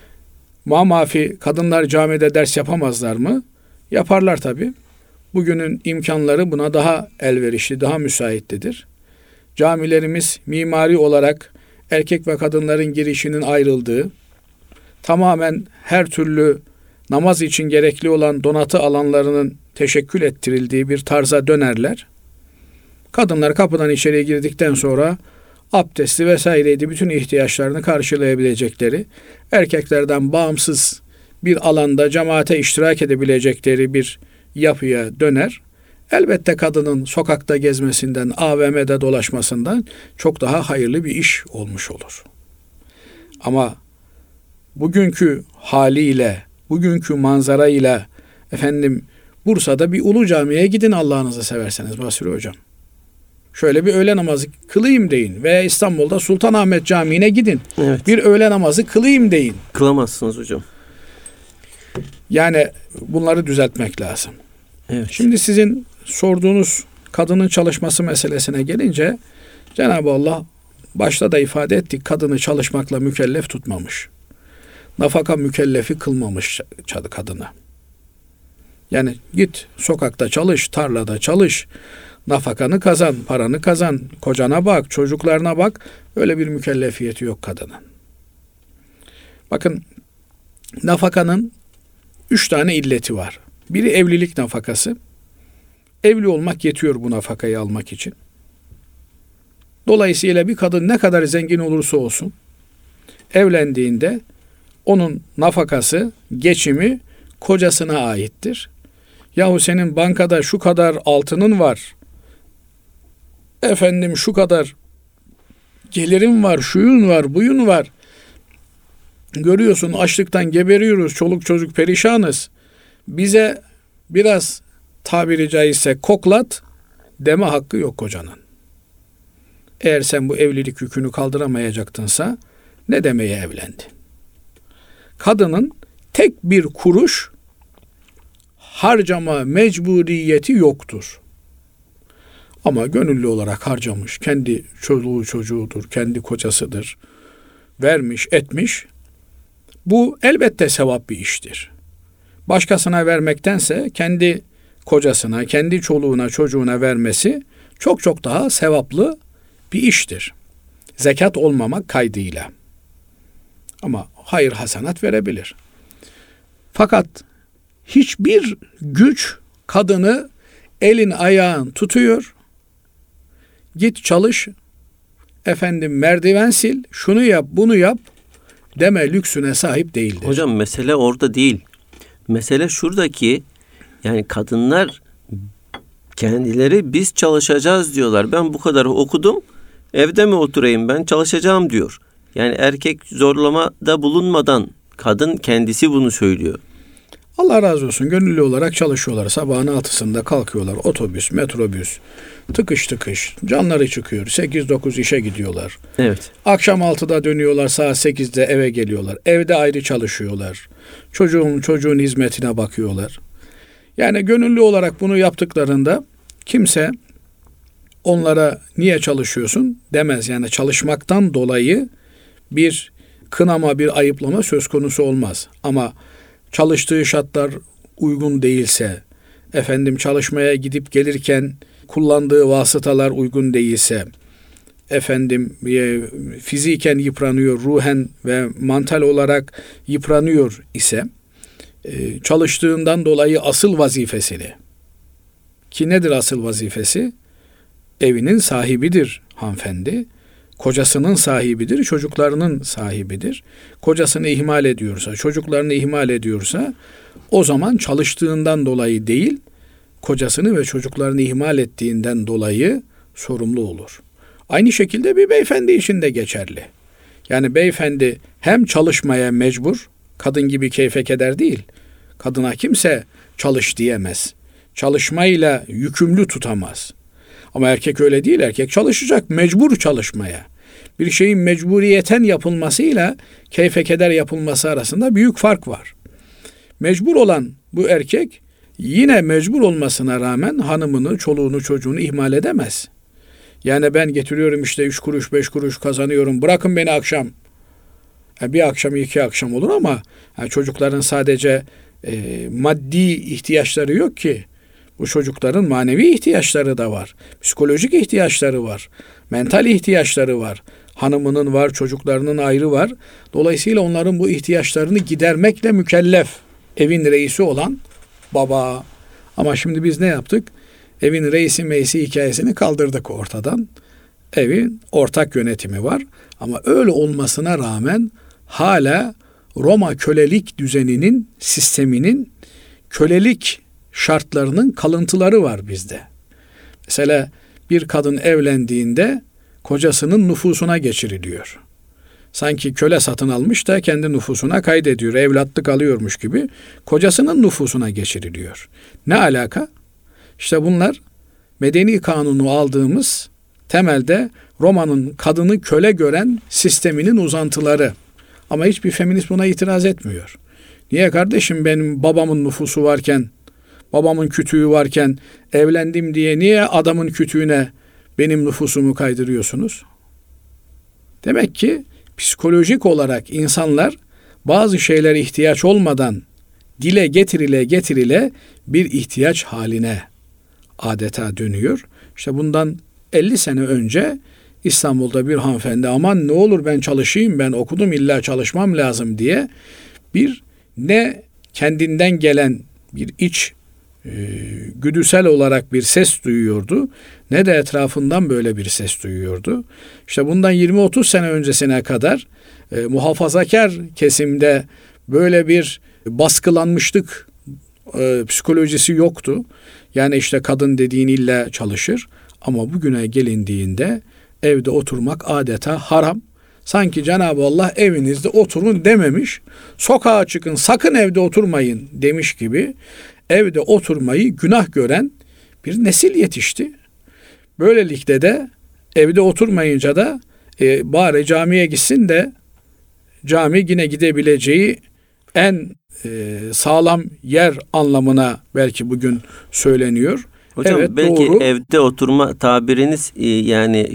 Mamafi kadınlar camide ders yapamazlar mı? Yaparlar tabii. Bugünün imkanları buna daha elverişli, daha müsaitlidir. Camilerimiz mimari olarak erkek ve kadınların girişinin ayrıldığı, tamamen her türlü namaz için gerekli olan donatı alanlarının teşekkül ettirildiği bir tarza dönerler. Kadınlar kapıdan içeriye girdikten sonra abdesti vesaireydi bütün ihtiyaçlarını karşılayabilecekleri, erkeklerden bağımsız bir alanda cemaate iştirak edebilecekleri bir yapıya döner. Elbette kadının sokakta gezmesinden, AVM'de dolaşmasından çok daha hayırlı bir iş olmuş olur. Ama bugünkü haliyle, bugünkü manzarayla efendim Bursa'da bir ulu camiye gidin Allah'ınızı severseniz Basri Hocam. Şöyle bir öğle namazı kılayım deyin. Veya İstanbul'da Sultanahmet Camii'ne gidin. Evet. Bir öğle namazı kılayım deyin. Kılamazsınız hocam. Yani bunları düzeltmek lazım. Evet. Şimdi sizin sorduğunuz kadının çalışması meselesine gelince Cenab-ı Allah başta da ifade ettik, kadını çalışmakla mükellef tutmamış. Nafaka mükellefi kılmamış kadını. Yani git sokakta çalış, tarlada çalış, nafakanı kazan, paranı kazan, kocana bak, çocuklarına bak. Öyle bir mükellefiyeti yok kadının. Bakın, nafakanın 3 tane illeti var. Biri evlilik nafakası. Evli olmak yetiyor bu nafakayı almak için. Dolayısıyla bir kadın ne kadar zengin olursa olsun evlendiğinde onun nafakası, geçimi kocasına aittir. Yahu senin bankada şu kadar altının var, efendim şu kadar gelirin var, şuyun var, buyun var. Görüyorsun açlıktan geberiyoruz, çoluk çocuk perişanız. Bize biraz tabiri caizse koklat deme hakkı yok kocanın. Eğer sen bu evlilik yükünü kaldıramayacaktınsa ne demeye evlendin? Kadının tek bir kuruş harcama mecburiyeti yoktur. Ama gönüllü olarak harcamış, kendi çoluğu çocuğudur, kendi kocasıdır, vermiş, etmiş. Bu elbette sevap bir iştir. Başkasına vermektense kendi kocasına, kendi çoluğuna, çocuğuna vermesi çok çok daha sevaplı bir iştir. Zekat olmamak kaydıyla. Ama hayır hasenat verebilir. Fakat hiçbir güç kadını elin ayağın tutuyor. Git çalış, efendim merdiven sil, şunu yap, bunu yap deme lüksüne sahip değildir. Hocam mesele orada değil. Mesele şuradaki, yani kadınlar kendileri biz çalışacağız diyorlar. Ben bu kadar okudum, evde mi oturayım, ben çalışacağım diyor. Yani erkek zorlamada bulunmadan kadın kendisi bunu söylüyor. Allah razı olsun, gönüllü olarak çalışıyorlar. Sabahın 6'sında kalkıyorlar. Otobüs, metrobüs, tıkış tıkış. Canları çıkıyor. 8-9 işe gidiyorlar. Evet. Akşam 6'da dönüyorlar. Saat 8'de eve geliyorlar. Evde ayrı çalışıyorlar. Çocuğun hizmetine bakıyorlar. Yani gönüllü olarak bunu yaptıklarında kimse onlara niye çalışıyorsun demez. Yani çalışmaktan dolayı bir kınama, bir ayıplama söz konusu olmaz. Ama çalıştığı şartlar uygun değilse, efendim çalışmaya gidip gelirken kullandığı vasıtalar uygun değilse, efendim fiziken yıpranıyor, ruhen ve mental olarak yıpranıyor ise, çalıştığından dolayı asıl vazifesini, ki nedir asıl vazifesi? Evinin sahibidir hanımefendi. Kocasının sahibidir, çocuklarının sahibidir. Kocasını ihmal ediyorsa, çocuklarını ihmal ediyorsa o zaman çalıştığından dolayı değil, kocasını ve çocuklarını ihmal ettiğinden dolayı sorumlu olur. Aynı şekilde bir beyefendi için de geçerli. Yani beyefendi hem çalışmaya mecbur, kadın gibi keyfe keder değil. Kadına kimse çalış diyemez. Çalışmayla yükümlü tutamaz. Ama erkek öyle değil. Erkek çalışacak, mecbur çalışmaya. Bir şeyin mecburiyeten yapılmasıyla keyfe keder yapılması arasında büyük fark var. Mecbur olan bu erkek yine mecbur olmasına rağmen hanımını, çoluğunu, çocuğunu ihmal edemez. Yani ben getiriyorum işte 3 kuruş, 5 kuruş kazanıyorum. Bırakın beni akşam. Bir akşam, 2 akşam olur ama çocukların sadece maddi ihtiyaçları yok ki. Bu çocukların manevi ihtiyaçları da var. Psikolojik ihtiyaçları var. Mental ihtiyaçları var. Hanımının var, çocuklarının ayrı var. Dolayısıyla onların bu ihtiyaçlarını gidermekle mükellef. Evin reisi olan baba. Ama şimdi biz ne yaptık? Evin reisi meysi hikayesini kaldırdık ortadan. Evin ortak yönetimi var. Ama öyle olmasına rağmen hala Roma kölelik düzeninin, sisteminin kölelik şartlarının kalıntıları var bizde. Mesela bir kadın evlendiğinde kocasının nüfusuna geçiriliyor. Sanki köle satın almış da kendi nüfusuna kaydediyor. Evlatlık alıyormuş gibi kocasının nüfusuna geçiriliyor. Ne alaka? İşte bunlar medeni kanunu aldığımız temelde Roma'nın kadını köle gören sisteminin uzantıları. Ama hiçbir feminist buna itiraz etmiyor. Niye kardeşim benim babamın nüfusu varken, babamın kütüğü varken evlendim diye niye adamın kütüğüne benim nüfusumu kaydırıyorsunuz? Demek ki psikolojik olarak insanlar bazı şeyler ihtiyaç olmadan dile getirile bir ihtiyaç haline adeta dönüyor. İşte bundan 50 sene önce İstanbul'da bir hanımefendi aman ne olur ben çalışayım, ben okudum illa çalışmam lazım diye bir ne kendinden gelen bir iç güdüsel olarak bir ses duyuyordu ne de etrafından böyle bir ses duyuyordu. İşte bundan 20-30 sene öncesine kadar muhafazakar kesimde böyle bir baskılanmışlık psikolojisi yoktu. Yani işte kadın dediğin illa çalışır. Ama bugüne gelindiğinde evde oturmak adeta haram. Sanki Cenab-ı Allah evinizde oturun dememiş. Sokağa çıkın, sakın evde oturmayın demiş gibi evde oturmayı günah gören bir nesil yetişti. Böylelikle de evde oturmayınca da bari camiye gitsin de cami yine gidebileceği en sağlam yer anlamına belki bugün söyleniyor. Hocam evet, belki doğru. Evde oturma tabiriniz yani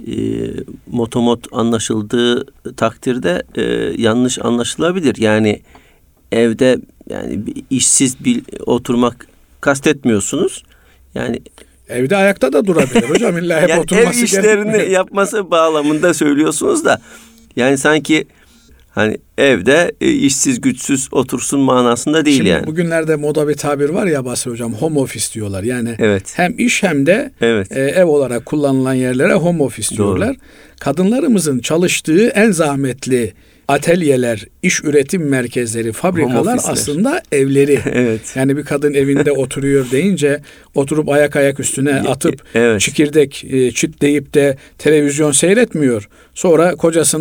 motomot anlaşıldığı takdirde yanlış anlaşılabilir. Yani evde yani işsiz bir oturmak kastetmiyorsunuz. Yani Evde ayakta da durabilir hocam. İlla hep yani oturması ev işlerini gerekmiyor. yapması bağlamında söylüyorsunuz da yani sanki hani evde işsiz güçsüz otursun manasında değil. Şimdi yani. bugünlerde moda bir tabir var ya Basri hocam, home office diyorlar. Yani Evet. hem iş hem de Evet. ev olarak kullanılan yerlere home office diyorlar. Doğru. Kadınlarımızın çalıştığı en zahmetli atölyeler, iş üretim merkezleri, fabrikalar aslında evleri. Evet. Yani bir kadın evinde oturuyor deyince oturup ayak üstüne atıp Evet. çekirdek çitleyip de televizyon seyretmiyor. Sonra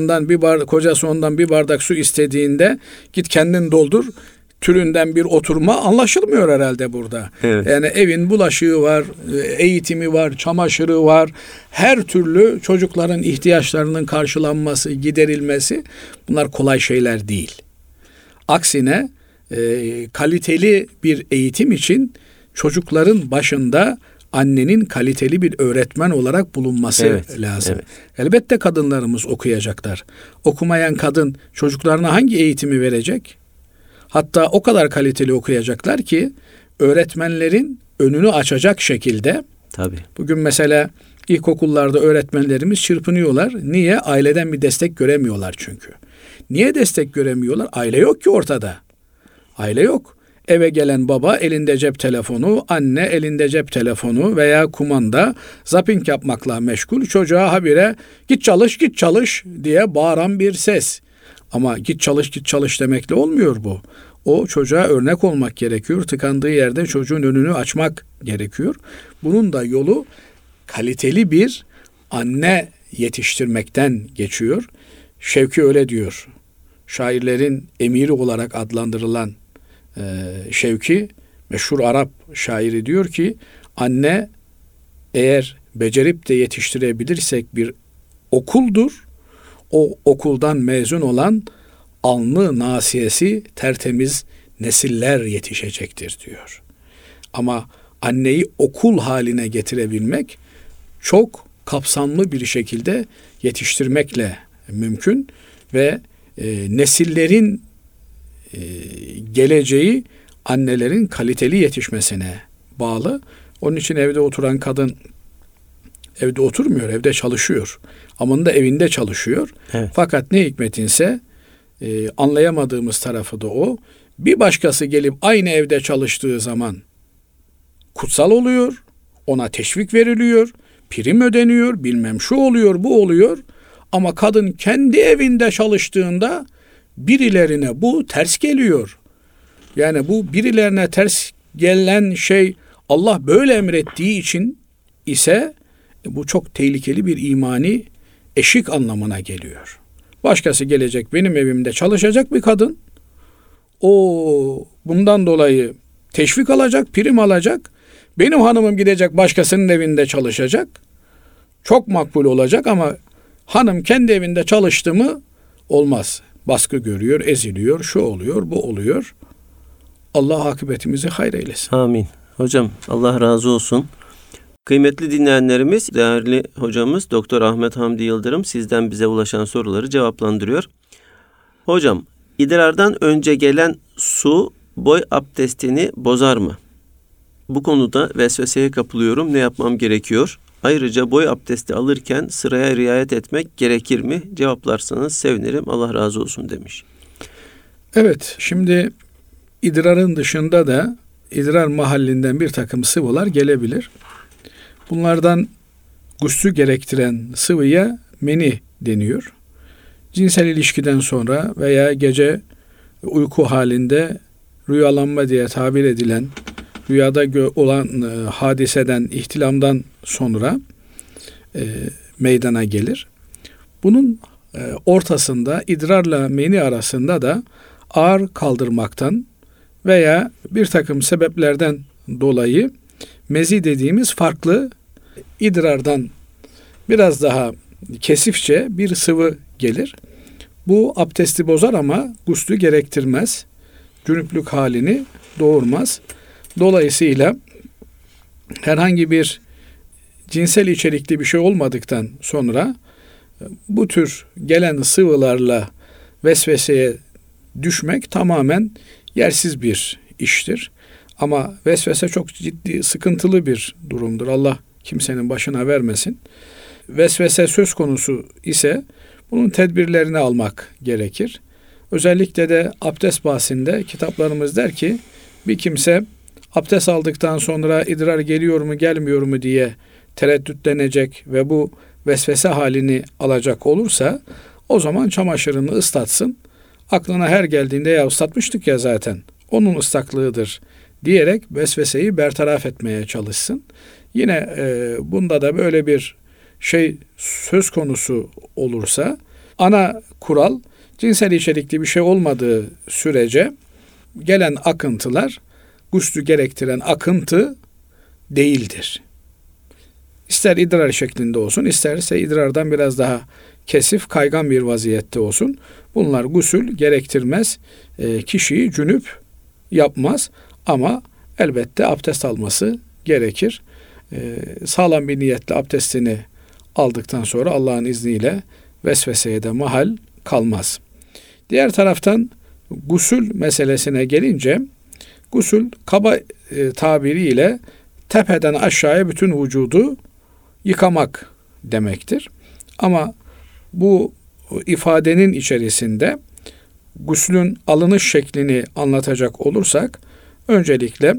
kocası ondan bir bardak su istediğinde git kendin doldur türünden bir oturma anlaşılmıyor herhalde burada. Evet. Yani evin bulaşığı var, eğitimi var, çamaşırı var. Her türlü çocukların ihtiyaçlarının karşılanması, giderilmesi bunlar kolay şeyler değil. Aksine kaliteli bir eğitim için çocukların başında annenin kaliteli bir öğretmen olarak bulunması lazım. Evet. Elbette kadınlarımız okuyacaklar. Okumayan kadın çocuklarına hangi eğitimi verecek? Hatta o kadar kaliteli okuyacaklar ki öğretmenlerin önünü açacak şekilde. Tabii. Bugün mesela ilkokullarda öğretmenlerimiz çırpınıyorlar. Niye? Aileden bir destek göremiyorlar çünkü. Niye destek göremiyorlar? Aile yok ki ortada. Aile yok. Eve gelen baba elinde cep telefonu, anne elinde cep telefonu veya kumanda zapping yapmakla meşgul. Çocuğa habire git çalış diye bağıran bir ses. Ama git çalış demekle olmuyor bu. O çocuğa örnek olmak gerekiyor. Tıkandığı yerde çocuğun önünü açmak gerekiyor. Bunun da yolu kaliteli bir anne yetiştirmekten geçiyor. Şevki öyle diyor. Şairlerin emiri olarak adlandırılan Şevki, meşhur Arap şairi diyor ki, anne eğer becerip de yetiştirebilirsek bir okuldur. O okuldan mezun olan alnı nasiyesi tertemiz nesiller yetişecektir diyor. Ama anneyi okul haline getirebilmek çok kapsamlı bir şekilde yetiştirmekle mümkün ve nesillerin geleceği annelerin kaliteli yetişmesine bağlı. Onun için evde oturan kadın evde oturmuyor, evde çalışıyor. Ama da evinde çalışıyor. Evet. Fakat ne hikmetinse anlayamadığımız tarafı da o. Bir başkası gelip aynı evde çalıştığı zaman kutsal oluyor, ona teşvik veriliyor, prim ödeniyor, bilmem şu oluyor, bu oluyor. Ama kadın kendi evinde çalıştığında birilerine bu ters geliyor. Yani bu birilerine ters gelen şey Allah böyle emrettiği için ise bu çok tehlikeli bir imani eşik anlamına geliyor. Başkası gelecek benim evimde çalışacak bir kadın. O bundan dolayı teşvik alacak, prim alacak. Benim hanımım gidecek başkasının evinde çalışacak. Çok makbul olacak ama hanım kendi evinde çalıştı mı olmaz. Baskı görüyor, eziliyor, şu oluyor, bu oluyor. Allah akıbetimizi hayır eylesin. Amin. Hocam Allah razı olsun. Kıymetli dinleyenlerimiz, değerli hocamız Doktor Ahmet Hamdi Yıldırım sizden bize ulaşan soruları cevaplandırıyor. Hocam, idrardan önce gelen su boy abdestini bozar mı? Bu konuda vesveseye kapılıyorum. Ne yapmam gerekiyor? Ayrıca boy abdesti alırken sıraya riayet etmek gerekir mi? Cevaplarsanız sevinirim. Allah razı olsun demiş. Evet, şimdi idrarın dışında da idrar mahallinden bir takım sıvılar gelebilir. Bunlardan guslü gerektiren sıvıya meni deniyor. cinsel ilişkiden sonra veya gece uyku halinde rüyalanma diye tabir edilen rüyada olan hadiseden, ihtilamdan sonra meydana gelir. Bunun ortasında idrarla meni arasında da ağır kaldırmaktan veya bir takım sebeplerden dolayı mezi dediğimiz farklı idrardan biraz daha kesifçe bir sıvı gelir. Bu abdesti bozar ama guslü gerektirmez. Cünüplük halini doğurmaz. Dolayısıyla herhangi bir cinsel içerikli bir şey olmadıktan sonra bu tür gelen sıvılarla vesveseye düşmek tamamen yersiz bir iştir. Ama vesvese çok ciddi, sıkıntılı bir durumdur. Allah kimsenin başına vermesin. Vesvese söz konusu ise bunun tedbirlerini almak gerekir. Özellikle de abdest bahsinde kitaplarımız der ki bir kimse abdest aldıktan sonra idrar geliyor mu gelmiyor mu diye tereddütlenecek ve bu vesvese halini alacak olursa o zaman çamaşırını ıslatsın. Aklına her geldiğinde ya ıslatmıştık ya zaten onun ıslaklığıdır diyerek vesveseyi bertaraf etmeye çalışsın. Yine bunda da böyle bir şey söz konusu olursa ana kural cinsel içerikli bir şey olmadığı sürece gelen akıntılar guslü gerektiren akıntı değildir. İster idrar şeklinde olsun, isterse idrardan biraz daha kesif, kaygan bir vaziyette olsun. Bunlar gusül gerektirmez, kişiyi cünüp yapmaz ama elbette abdest alması gerekir. Sağlam bir niyetle abdestini aldıktan sonra Allah'ın izniyle vesveseye de mahal kalmaz. Diğer taraftan gusül meselesine gelince gusül kaba tabiriyle tepeden aşağıya bütün vücudu yıkamak demektir. Ama bu ifadenin içerisinde guslün alınış şeklini anlatacak olursak öncelikle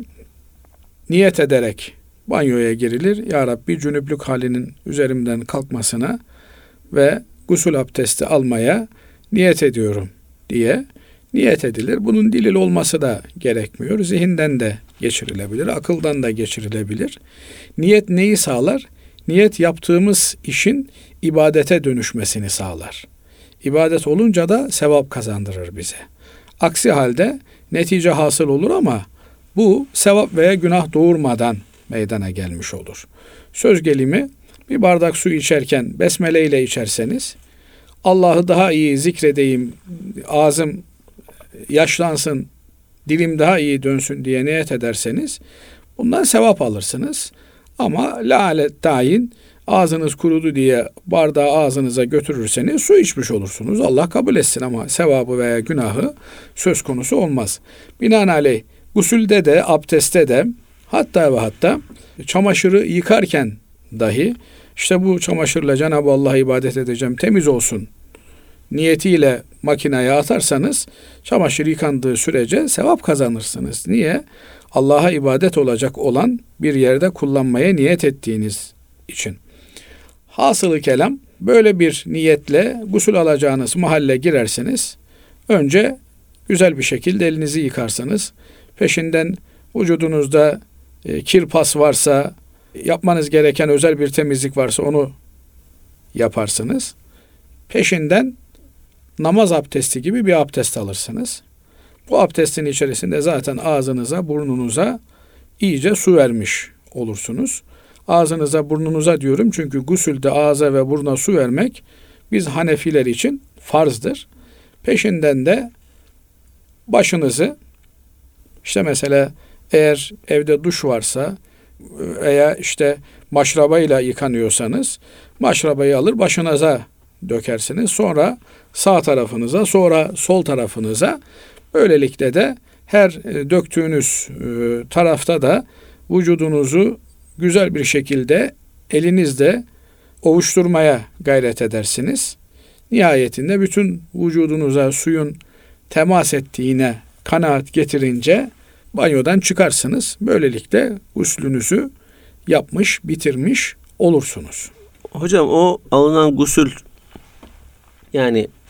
niyet ederek banyoya girilir. Ya Rabbi cünüplük halinin üzerimden kalkmasına ve gusül abdesti almaya niyet ediyorum diye niyet edilir. Bunun dilil olması da gerekmiyor. Zihinden de geçirilebilir, akıldan da geçirilebilir. Niyet neyi sağlar? Niyet yaptığımız işin ibadete dönüşmesini sağlar. İbadet olunca da sevap kazandırır bize. Aksi halde netice hasıl olur ama bu sevap veya günah doğurmadan meydana gelmiş olur. Söz gelimi bir bardak su içerken besmele ile içerseniz Allah'ı daha iyi zikredeyim, ağzım yaşlansın, dilim daha iyi dönsün diye niyet ederseniz bundan sevap alırsınız. Ama laalet tayin ağzınız kurudu diye bardağı ağzınıza götürürseniz su içmiş olursunuz. Allah kabul etsin ama sevabı veya günahı söz konusu olmaz. Binaenaleyh gusülde de abdestte de hatta ve hatta çamaşırı yıkarken dahi işte bu çamaşırla Cenab-ı Allah'a ibadet edeceğim temiz olsun niyetiyle makineye atarsanız çamaşır yıkandığı sürece sevap kazanırsınız. Niye? Allah'a ibadet olacak olan bir yerde kullanmaya niyet ettiğiniz için. Hasılı kelam böyle bir niyetle gusül alacağınız mahalle girerseniz önce güzel bir şekilde elinizi yıkarsanız peşinden vücudunuzda kir pas varsa yapmanız gereken özel bir temizlik varsa onu yaparsınız. Peşinden namaz abdesti gibi bir abdest alırsınız. Bu abdestin içerisinde zaten ağzınıza, burnunuza iyice su vermiş olursunuz. Ağzınıza, burnunuza diyorum çünkü gusülde ağza ve buruna su vermek biz Hanefiler için farzdır. Peşinden de başınızı işte mesela eğer evde duş varsa veya işte maşrabayla yıkanıyorsanız maşrabayı alır başınıza dökersiniz. Sonra sağ tarafınıza, sonra sol tarafınıza. Böylelikle de her döktüğünüz tarafta da vücudunuzu güzel bir şekilde elinizle ovuşturmaya gayret edersiniz. Nihayetinde bütün vücudunuza suyun temas ettiğine kanaat getirince banyodan çıkarsınız. Böylelikle guslünüzü yapmış, bitirmiş olursunuz. Hocam o alınan gusül yani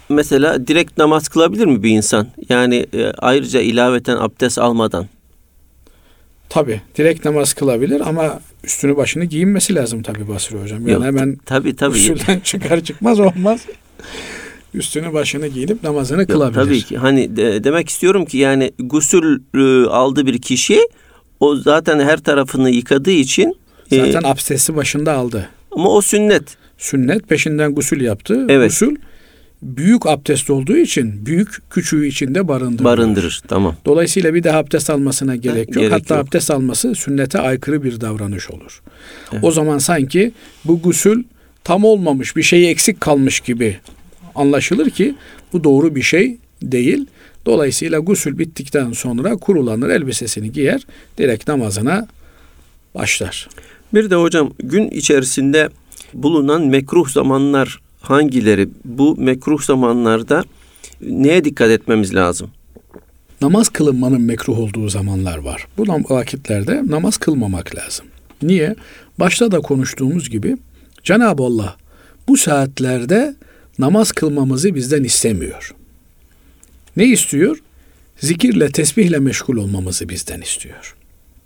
mesela direkt namaz kılabilir mi bir insan? Yani ayrıca ilaveten abdest almadan. Tabii direkt namaz kılabilir ama üstünü başını giyinmesi lazım tabii Basri Hocam. Yani Yok, hemen tabii. usulden çıkar çıkmaz olmaz. Üstünü başını giyinip namazını Yok, kılabilir. tabii ki. Hani demek istiyorum ki yani gusül aldı bir kişi, o zaten her tarafını yıkadığı için Zaten abdesti başında aldı. ama o sünnet. Sünnet, peşinden gusül yaptı. Evet. Gusül büyük abdest olduğu için büyük küçüğü içinde Barındırır. Tamam. Dolayısıyla bir daha abdest almasına gerek yok. Gerek Hatta yok. abdest alması sünnete aykırı bir davranış olur. Evet. O zaman sanki bu gusül tam olmamış, bir şey eksik kalmış gibi anlaşılır ki bu doğru bir şey değil. Dolayısıyla gusül bittikten sonra kurulanır, elbisesini giyer, direkt namazına başlar. Bir de hocam gün içerisinde bulunan mekruh zamanlar hangileri? Bu mekruh zamanlarda neye dikkat etmemiz lazım? Namaz kılınmanın mekruh olduğu zamanlar var. Bu vakitlerde namaz kılmamak lazım. Niye? Başta da konuştuğumuz gibi Cenab-ı Allah bu saatlerde namaz kılmamızı bizden istemiyor. Ne istiyor? Zikirle, tesbihle meşgul olmamızı bizden istiyor.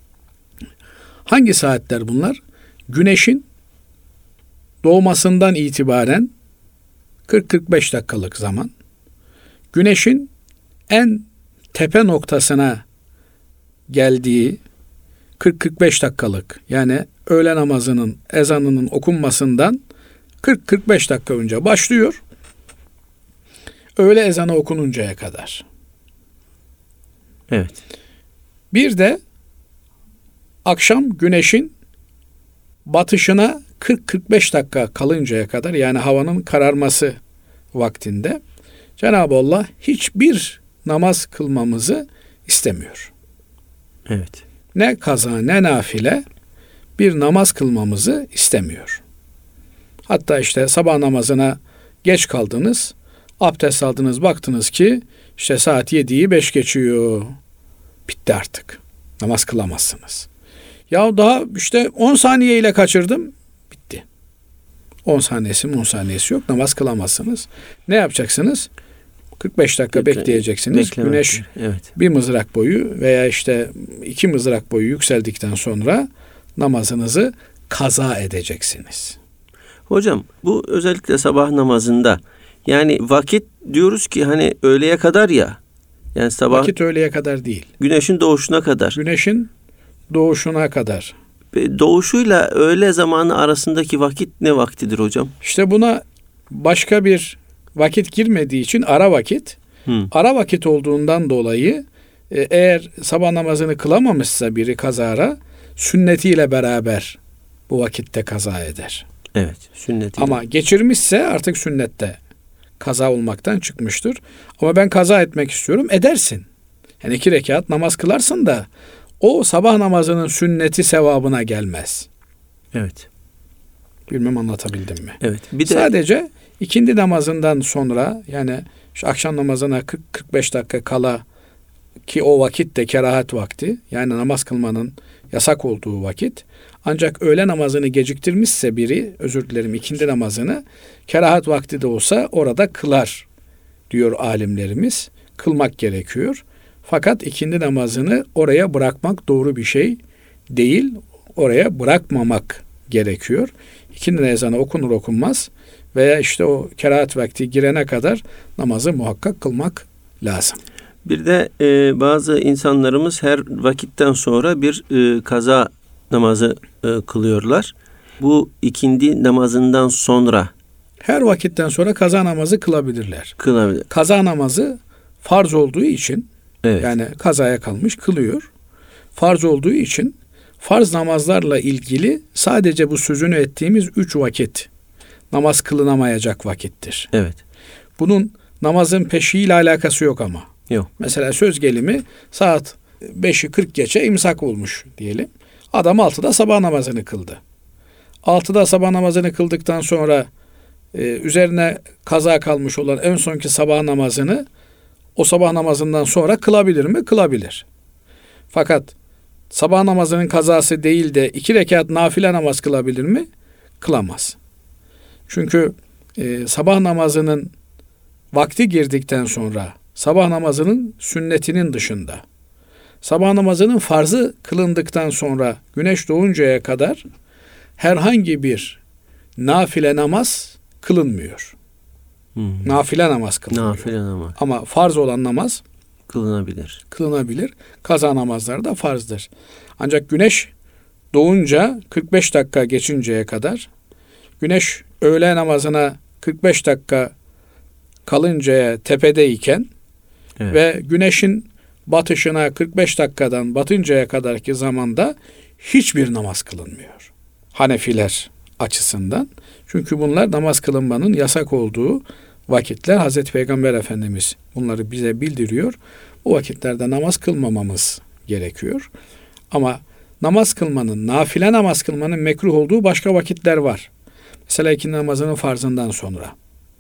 Hangi saatler bunlar? Güneşin doğmasından itibaren 40-45 dakikalık zaman. Güneşin en tepe noktasına geldiği 40-45 dakikalık, yani öğle namazının ezanının okunmasından 40-45 dakika önce başlıyor. Öğle ezanı okununcaya kadar. Evet. Bir de akşam güneşin batışına 40-45 dakika kalıncaya kadar, yani havanın kararması vaktinde Cenab-ı Allah hiçbir namaz kılmamızı istemiyor. Evet. Ne kaza ne nafile bir namaz kılmamızı istemiyor. Hatta işte sabah namazına geç kaldınız, abdest aldınız, baktınız ki işte saat 7'yi 5 geçiyor. Bitti artık. Namaz kılamazsınız. Ya daha işte 10 saniyeyle kaçırdım. Bitti. 10 saniyesi yok. Namaz kılamazsınız. Ne yapacaksınız? 45 dakika bekleyeceksiniz. Beklemek. Güneş Evet. bir mızrak boyu veya işte 2 mızrak boyu yükseldikten sonra namazınızı kaza edeceksiniz. Hocam bu özellikle sabah namazında, yani vakit diyoruz ki hani öğleye kadar ya, yani sabah Vakit öğleye kadar değil. güneşin doğuşuna kadar. Güneşin doğuşuna kadar. Doğuşuyla öğle zamanı arasındaki vakit ne vaktidir hocam? İşte buna başka bir vakit girmediği için ara vakit. Ara vakit olduğundan dolayı eğer sabah namazını kılamamışsa biri kazara, sünnetiyle beraber bu vakitte kaza eder. Evet, sünnetiyle. Ama geçirmişse artık sünnette kaza olmaktan çıkmıştır. Ama ben kaza etmek istiyorum, edersin. Yani 2 rekat namaz kılarsın da o sabah namazının sünneti sevabına gelmez. Evet. Bilmem anlatabildim mi? Evet. Bir de sadece ikindi namazından sonra, yani şu akşam namazına 40-45 dakika kala, ki o vakit de kerahat vakti, yani namaz kılmanın yasak olduğu vakit. Ancak öğle namazını geciktirmişse biri, ikindi namazını kerahat vakti de olsa orada kılar diyor alimlerimiz. Kılmak gerekiyor. Fakat ikindi namazını oraya bırakmak doğru bir şey değil. Oraya bırakmamak gerekiyor. İkindi ezanı okunur okunmaz veya işte o kerahat vakti girene kadar namazı muhakkak kılmak lazım. Bir de bazı insanlarımız her vakitten sonra bir kaza namazı kılıyorlar. Bu ikindi namazından sonra her vakitten sonra kaza namazı kılabilirler. Kılabilir. Kaza namazı farz olduğu için, evet. Yani kazaya kalmış kılıyor. Farz olduğu için farz namazlarla ilgili sadece bu sözünü ettiğimiz 3 vakit namaz kılınamayacak vakittir. Evet. Bunun namazın peşiyle alakası yok ama. Yok. Mesela söz gelimi saat 5'i 40 geçe imsak olmuş diyelim. Adam 6'da sabah namazını kıldı. 6'da sabah namazını kıldıktan sonra üzerine kaza kalmış olan en sonki sabah namazını o sabah namazından sonra kılabilir mi? Kılabilir. Fakat sabah namazının kazası değil de 2 rekat nafile namaz kılabilir mi? Kılamaz. Çünkü sabah namazının vakti girdikten sonra sabah namazının sünnetinin dışında, sabah namazının farzı kılındıktan sonra güneş doğuncaya kadar herhangi bir nafile namaz kılınmıyor. Nafile namaz kılınıyor. Nafile namaz Ama farz olan namaz kılınabilir. Kaza namazları da farzdır. Ancak güneş doğunca 45 dakika geçinceye kadar, güneş öğle namazına 45 dakika kalıncaya tepedeyken Evet. ve güneşin batışına 45 dakikadan batıncaya kadarki zamanda hiçbir namaz kılınmıyor. Hanefiler açısından. Çünkü bunlar namaz kılınmanın yasak olduğu vakitler. Hazreti Peygamber Efendimiz bunları bize bildiriyor. Bu vakitlerde namaz kılmamamız gerekiyor. Ama namaz kılmanın, nafile namaz kılmanın mekruh olduğu başka vakitler var. Mesela ikindi namazının farzından sonra.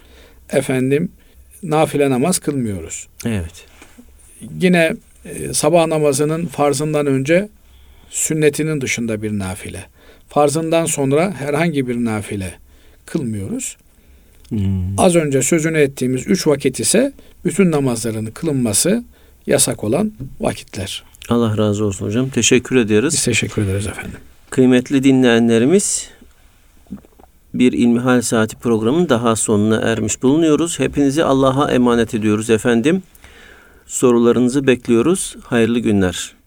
Nafile namaz kılmıyoruz. Evet. Yine sabah namazının farzından önce sünnetinin dışında bir nafile. Farzından sonra herhangi bir nafile kılmıyoruz. Az önce sözünü ettiğimiz 3 vakit ise bütün namazların kılınması yasak olan vakitler. Allah razı olsun hocam. Teşekkür ediyoruz. Biz teşekkür ederiz efendim. Kıymetli dinleyenlerimiz, bir İlmihal Saati programının daha sonuna ermiş bulunuyoruz. Hepinizi Allah'a emanet ediyoruz efendim. Sorularınızı bekliyoruz. Hayırlı günler.